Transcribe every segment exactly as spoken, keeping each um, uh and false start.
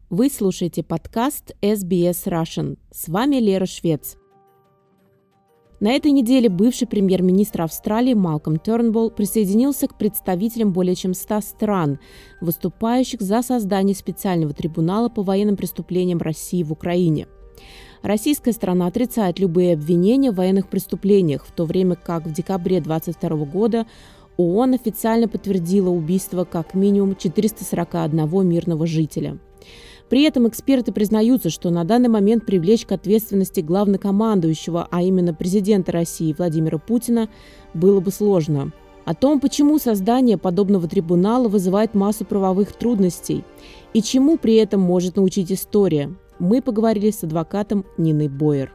Вы слушаете подкаст эс би эс Russian. С вами Лера Швец. На этой неделе бывший премьер-министр Австралии Малком Тернбулл присоединился к представителям более чем ста стран, выступающих за создание специального трибунала по военным преступлениям России в Украине. Российская сторона отрицает любые обвинения в военных преступлениях, в то время как в декабре две тысячи двадцать второго года ООН официально подтвердила убийство как минимум четырёхсот сорока одного мирного жителя. При этом эксперты признаются, что на данный момент привлечь к ответственности главнокомандующего, а именно президента России Владимира Путина, было бы сложно. О том, почему создание подобного трибунала вызывает массу правовых трудностей и чему при этом может научить история, мы поговорили с адвокатом Ниной Бойер.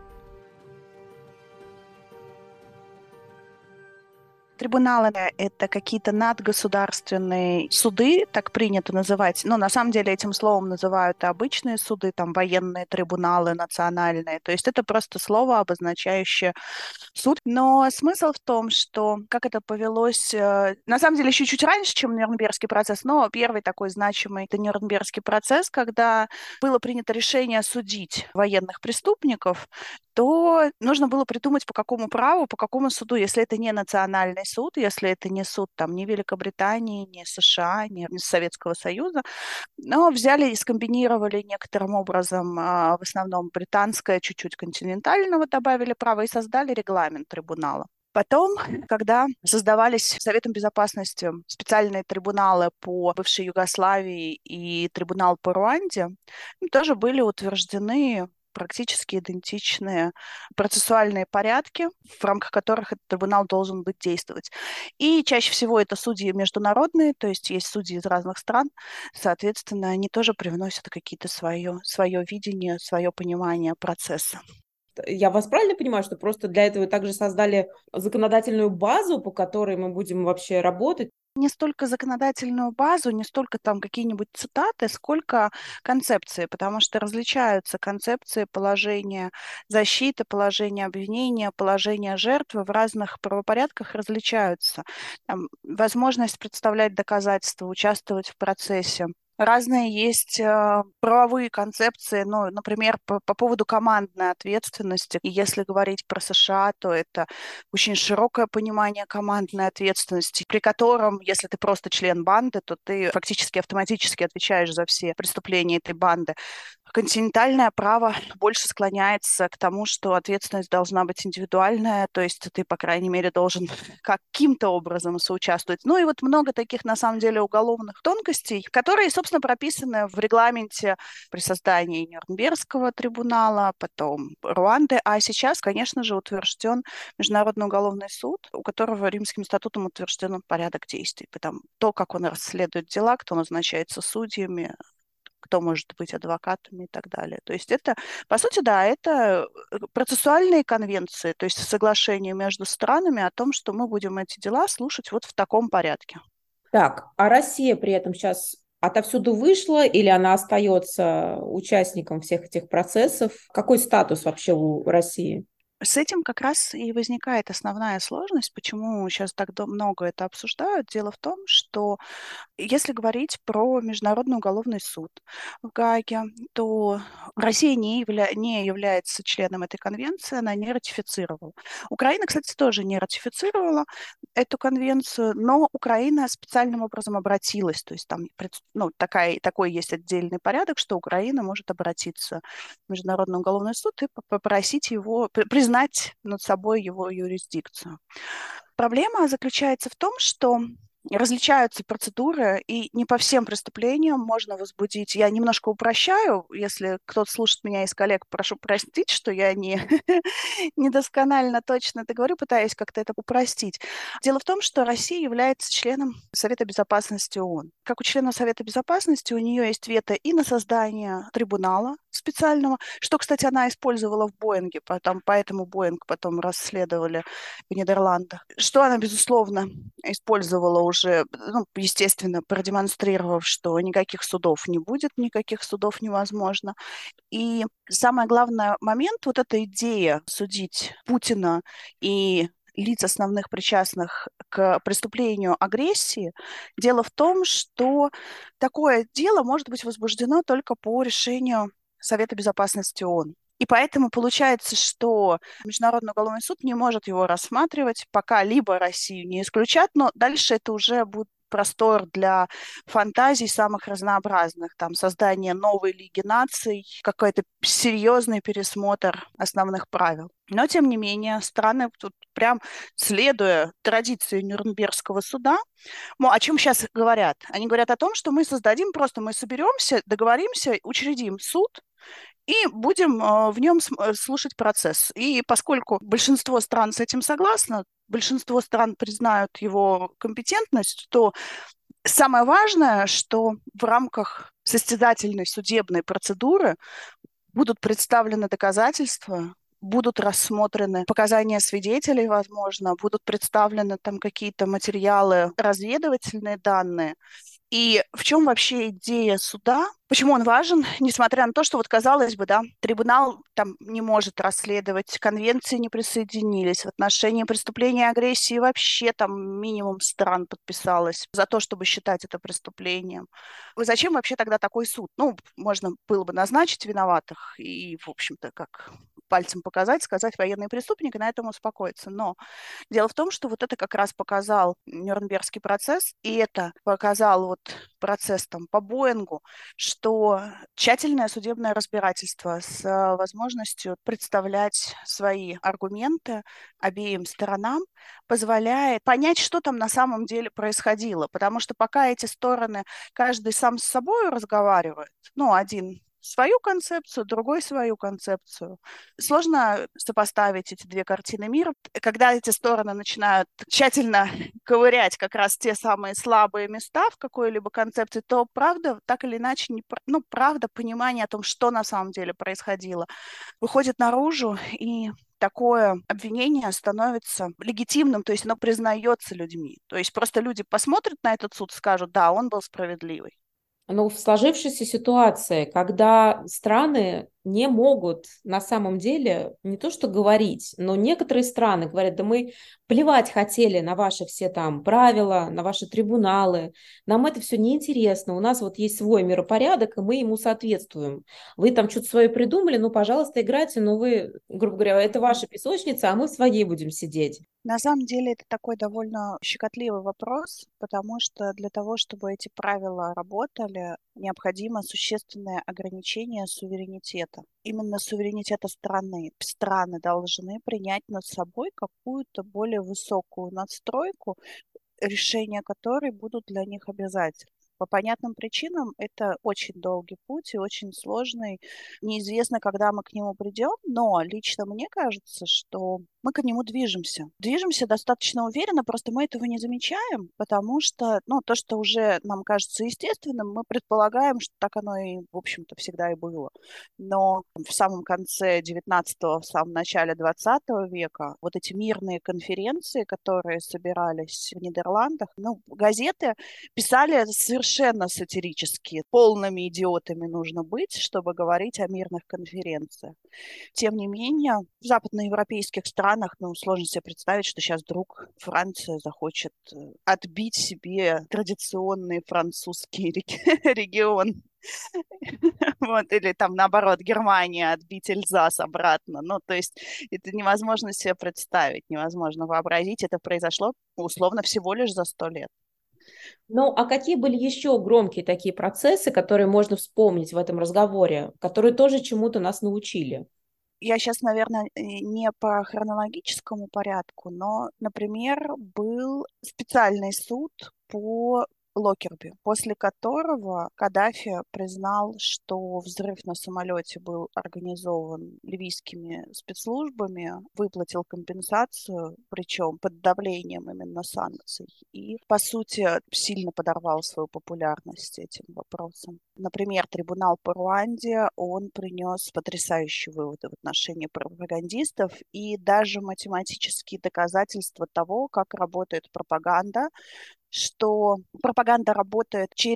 Трибуналы – это какие-то надгосударственные суды, так принято называть. Но на самом деле этим словом называют и обычные суды, там военные трибуналы, национальные. То есть это просто слово, обозначающее суд. Но смысл в том, что как это повелось, э, на самом деле еще чуть раньше, чем Нюрнбергский процесс, но первый такой значимый – это Нюрнбергский процесс, когда было принято решение судить военных преступников, то нужно было придумать, по какому праву, по какому суду, если это не национальный суд, если это не суд там, ни Великобритании, ни США, ни Советского Союза, но взяли и скомбинировали некоторым образом, в основном британское, чуть-чуть континентального добавили право и создали регламент трибунала. Потом, когда создавались Советом Безопасности специальные трибуналы по бывшей Югославии и трибунал по Руанде, тоже были утверждены практически идентичные процессуальные порядки, в рамках которых этот трибунал должен быть действовать. И чаще всего это судьи международные, то есть есть судьи из разных стран, соответственно, они тоже привносят какие-то свое, свое видение, свое понимание процесса. Я вас правильно понимаю, что просто для этого также создали законодательную базу, по которой мы будем вообще работать? Не столько законодательную базу, не столько там какие-нибудь цитаты, сколько концепции, потому что различаются концепции положения защиты, положения обвинения, положения жертвы в разных правопорядках различаются. Там, возможность представлять доказательства, участвовать в процессе. Разные есть э, правовые концепции, ну, например, по, по поводу командной ответственности. И если говорить про США, то это очень широкое понимание командной ответственности, при котором, если ты просто член банды, то ты фактически автоматически отвечаешь за все преступления этой банды. Континентальное право больше склоняется к тому, что ответственность должна быть индивидуальная, то есть ты, по крайней мере, должен каким-то образом соучаствовать. Ну и вот много таких, на самом деле, уголовных тонкостей, которые, собственно, прописаны в регламенте при создании Нюрнбергского трибунала, потом Руанды, а сейчас, конечно же, утвержден Международный уголовный суд, у которого Римским статутом утвержден порядок действий. Потом то, как он расследует дела, кто назначается судьями, кто может быть адвокатами и так далее. То есть это, по сути, да, это процессуальные конвенции, то есть соглашение между странами о том, что мы будем эти дела слушать вот в таком порядке. Так, а Россия при этом сейчас отовсюду вышла или она остается участником всех этих процессов? Какой статус вообще у России? С этим как раз и возникает основная сложность, почему сейчас так много это обсуждают. Дело в том, что если говорить про Международный уголовный суд в Гааге, то Россия не, явля... не является членом этой конвенции, она не ратифицировала. Украина, кстати, тоже не ратифицировала эту конвенцию, но Украина специальным образом обратилась, то есть там ну, такая, такой есть отдельный порядок, что Украина может обратиться в Международный уголовный суд и попросить его, признать над собой его юрисдикцию. Проблема заключается в том, что различаются процедуры, и не по всем преступлениям можно возбудить. Я немножко упрощаю, если кто-то слушает меня из коллег, прошу простить, что я не недосконально точно это говорю, пытаюсь как-то это упростить. Дело в том, что Россия является членом Совета Безопасности ООН. Как у члена Совета Безопасности у нее есть вето и на создание трибунала специального, что, кстати, она использовала в Боинге, потом, поэтому Боинг потом расследовали в Нидерландах, что она, безусловно, использовала уже, ну, естественно, продемонстрировав, что никаких судов не будет, никаких судов невозможно. И самый главный момент, вот эта идея судить Путина и лиц, основных причастных к преступлению агрессии. Дело в том, что такое дело может быть возбуждено только по решению Совета Безопасности ООН. И поэтому получается, что Международный уголовный суд не может его рассматривать, пока либо Россию не исключат, но дальше это уже будет простор для фантазий самых разнообразных, там создание новой Лиги наций, какой-то серьезный пересмотр основных правил. Но, тем не менее, страны тут прям, следуя традиции Нюрнбергского суда, ну, о чем сейчас говорят? Они говорят о том, что мы создадим, просто мы соберемся, договоримся, учредим суд, и будем э, в нем см- слушать процесс. И поскольку большинство стран с этим согласно, большинство стран признают его компетентность, то самое важное, что в рамках состязательной судебной процедуры будут представлены доказательства, будут рассмотрены показания свидетелей, возможно, будут представлены там какие-то материалы, разведывательные данные. И в чем вообще идея суда? Почему он важен, несмотря на то, что вот казалось бы, да, трибунал там не может расследовать, конвенции не присоединились, в отношении преступления агрессии вообще там минимум стран подписалось за то, чтобы считать это преступлением. Зачем вообще тогда такой суд? Ну, можно было бы назначить виноватых и, в общем-то, как пальцем показать, сказать военный преступник и на этом успокоиться. Но дело в том, что вот это как раз показал Нюрнбергский процесс, и это показал вот процесс там по Боингу, что тщательное судебное разбирательство с э, возможностью представлять свои аргументы обеим сторонам позволяет понять, что там на самом деле происходило. Потому что пока эти стороны, каждый сам с собой разговаривает, ну, один свою концепцию, другой свою концепцию. Сложно сопоставить эти две картины мира. Когда эти стороны начинают тщательно ковырять как раз те самые слабые места в какой-либо концепции, то правда, так или иначе, не, ну, правда, понимание о том, что на самом деле происходило, выходит наружу, и такое обвинение становится легитимным, то есть оно признается людьми. То есть просто люди посмотрят на этот суд, скажут, да, он был справедливый. Ну, в сложившейся ситуации, когда страны не могут на самом деле не то что говорить, но некоторые страны говорят, да мы плевать хотели на ваши все там правила, на ваши трибуналы, нам это все неинтересно, у нас вот есть свой миропорядок, и мы ему соответствуем. Вы там что-то свое придумали, ну, пожалуйста, играйте, но вы, грубо говоря, это ваша песочница, а мы в своей будем сидеть. На самом деле это такой довольно щекотливый вопрос, потому что для того, чтобы эти правила работали, необходимо существенное ограничение суверенитета. Именно суверенитета страны. Страны должны принять над собой какую-то более высокую надстройку, решения которой будут для них обязательны. По понятным причинам это очень долгий путь и очень сложный. Неизвестно, когда мы к нему придем, но лично мне кажется, что мы к нему движемся. Движемся достаточно уверенно, просто мы этого не замечаем, потому что, ну, то, что уже нам кажется естественным, мы предполагаем, что так оно и, в общем-то, всегда и было. Но в самом конце девятнадцатого, в самом начале двадцатого века вот эти мирные конференции, которые собирались в Нидерландах, ну, газеты писали совершенно сатирически. Полными идиотами нужно быть, чтобы говорить о мирных конференциях. Тем не менее, в западноевропейских странах, ну, сложно себе представить, что сейчас вдруг Франция захочет э, отбить себе традиционный французский регион. Вот, или там наоборот, Германия отбить Эльзас обратно. Ну, то есть это невозможно себе представить, невозможно вообразить. Это произошло условно всего лишь за сто лет. Ну, а какие были еще громкие такие процессы, которые можно вспомнить в этом разговоре, которые тоже чему-то нас научили? Я сейчас, наверное, не по хронологическому порядку, но, например, был специальный суд по Локерби, после которого Каддафи признал, что взрыв на самолете был организован ливийскими спецслужбами, выплатил компенсацию, причем под давлением именно санкций, и, по сути, сильно подорвал свою популярность этим вопросом. Например, трибунал по Руанде, он принес потрясающие выводы в отношении пропагандистов и даже математические доказательства того, как работает пропаганда, что пропаганда работает через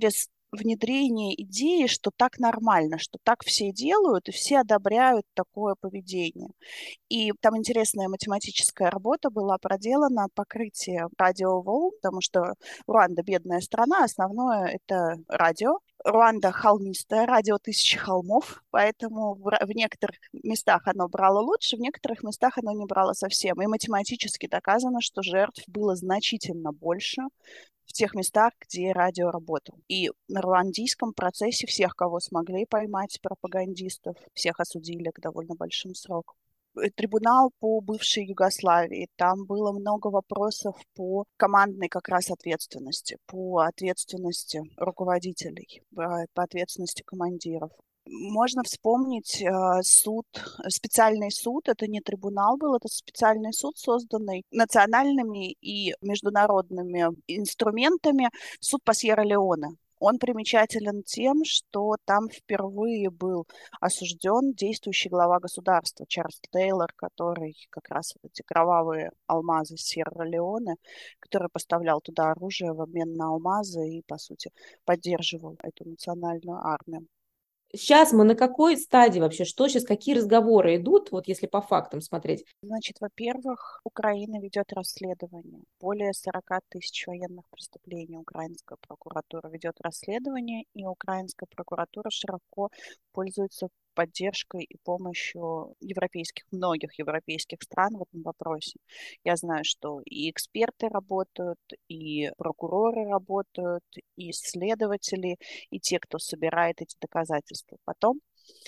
внедрение идеи, что так нормально, что так все делают, и все одобряют такое поведение. И там интересная математическая работа была проделана, покрытие радиоволн, потому что Руанда бедная страна, основное это радио. Руанда холмистая, радио тысячи холмов, поэтому в, в некоторых местах оно брало лучше, в некоторых местах оно не брало совсем. И математически доказано, что жертв было значительно больше в тех местах, где радио работало. И на руандийском процессе всех, кого смогли поймать, пропагандистов, всех осудили к довольно большим срокам. Трибунал по бывшей Югославии. Там было много вопросов по командной как раз ответственности, по ответственности руководителей, по ответственности командиров. Можно вспомнить э, суд, специальный суд, это не трибунал был, это специальный суд, созданный национальными и международными инструментами, суд по Сьерра-Леоне. Он примечателен тем, что там впервые был осужден действующий глава государства Чарльз Тейлор, который как раз вот эти кровавые алмазы Сьерра-Леоне, который поставлял туда оружие в обмен на алмазы и, по сути, поддерживал эту национальную армию. Сейчас мы на какой стадии вообще? Что сейчас, какие разговоры идут, вот если по фактам смотреть? Значит, во-первых, Украина ведет расследование. Более сорок тысяч военных преступлений украинская прокуратура ведет расследование, и украинская прокуратура широко пользуется поддержкой и помощью европейских, многих европейских стран в этом вопросе. Я знаю, что и эксперты работают, и прокуроры работают, и следователи, и те, кто собирает эти доказательства. Потом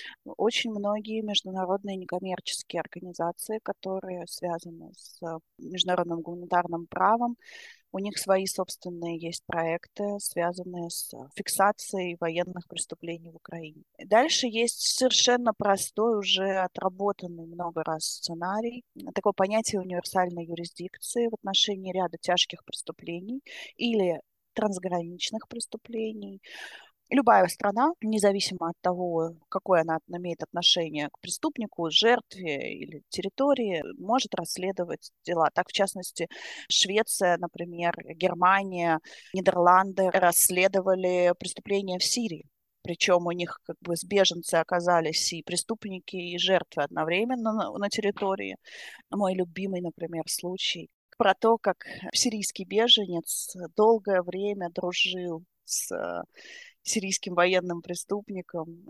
очень многие международные некоммерческие организации, которые связаны с международным гуманитарным правом, у них свои собственные есть проекты, связанные с фиксацией военных преступлений в Украине. Дальше есть совершенно простой, уже отработанный много раз сценарий, такое понятие универсальной юрисдикции в отношении ряда тяжких преступлений или трансграничных преступлений. Любая страна, независимо от того, какое она имеет отношение к преступнику, жертве или территории, может расследовать дела. Так, в частности, Швеция, например, Германия, Нидерланды расследовали преступления в Сирии. Причем у них как бы беженцы оказались и преступники, и жертвы одновременно на, на территории. Мой любимый, например, случай про то, как сирийский беженец долгое время дружил с сирийским военным преступником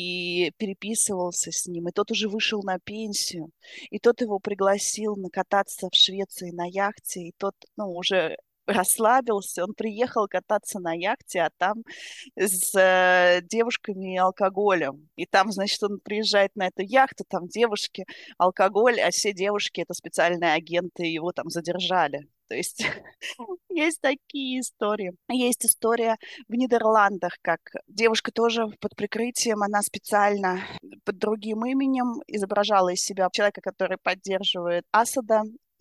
и переписывался с ним. И тот уже вышел на пенсию, и тот его пригласил накататься в Швеции на яхте, и тот, ну, уже расслабился, он приехал кататься на яхте, а там с э, девушками и алкоголем. И там, значит, он приезжает на эту яхту, там девушки, алкоголь, а все девушки — это специальные агенты, его там задержали. То есть есть такие истории. Есть история в Нидерландах, как девушка тоже под прикрытием, она специально под другим именем изображала из себя человека, который поддерживает Асада.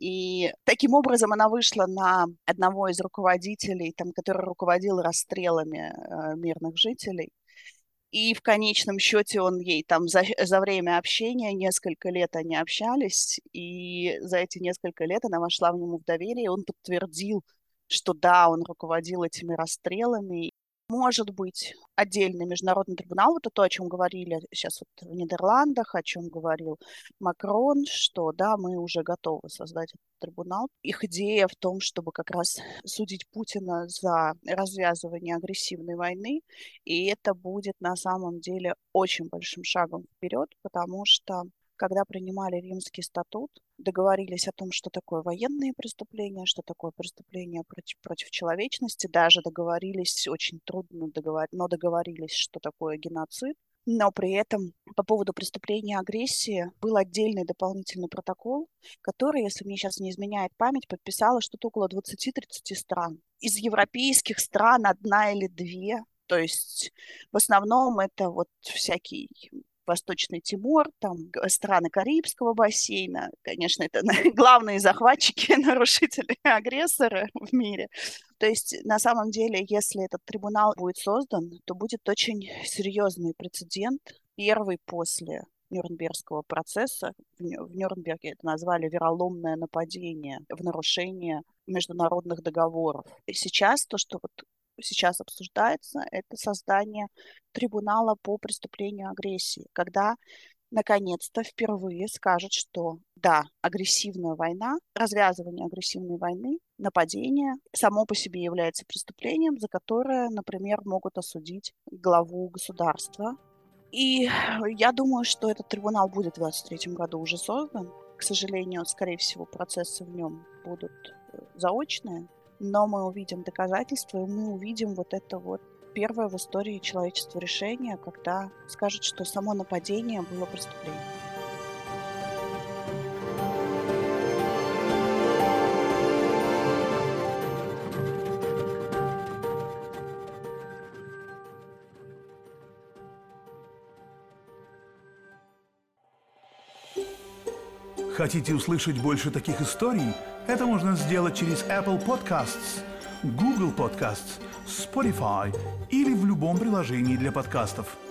И таким образом она вышла на одного из руководителей, там, который руководил расстрелами э, мирных жителей. И в конечном счете он ей там за, за время общения, несколько лет они общались, и за эти несколько лет она вошла в нему в доверие, и он подтвердил, что да, он руководил этими расстрелами. Может быть, отдельный международный трибунал, вот то, о чем говорили сейчас вот в Нидерландах, о чем говорил Макрон, что да, мы уже готовы создать этот трибунал. Их идея в том, чтобы как раз судить Путина за развязывание агрессивной войны, и это будет на самом деле очень большим шагом вперед, потому что когда принимали Римский статут, договорились о том, что такое военные преступления, что такое преступления против, против человечности, даже договорились, очень трудно договорить, но договорились, что такое геноцид. Но при этом по поводу преступления агрессии был отдельный дополнительный протокол, который, если мне сейчас не изменяет память, подписало что-то около двадцати-тридцати стран. Из европейских стран одна или две. То есть в основном это вот всякие Восточный Тимор, там страны Карибского бассейна. Конечно, это главные захватчики, нарушители, агрессоры в мире. То есть, на самом деле, если этот трибунал будет создан, то будет очень серьезный прецедент, первый после Нюрнбергского процесса. В Нюрнберге это назвали вероломное нападение в нарушение международных договоров. И сейчас то, что вот сейчас обсуждается, это создание трибунала по преступлению агрессии, когда наконец-то впервые скажут, что да, агрессивная война, развязывание агрессивной войны, нападение само по себе является преступлением, за которое, например, могут осудить главу государства. И я думаю, что этот трибунал будет в двадцать третьем году уже создан. К сожалению, скорее всего, процессы в нем будут заочные, но мы увидим доказательства, и мы увидим вот это вот первое в истории человечества решение, когда скажут, что само нападение было преступлением. Хотите услышать больше таких историй? Это можно сделать через Apple Podcasts, Google Podcasts, Spotify или в любом приложении для подкастов.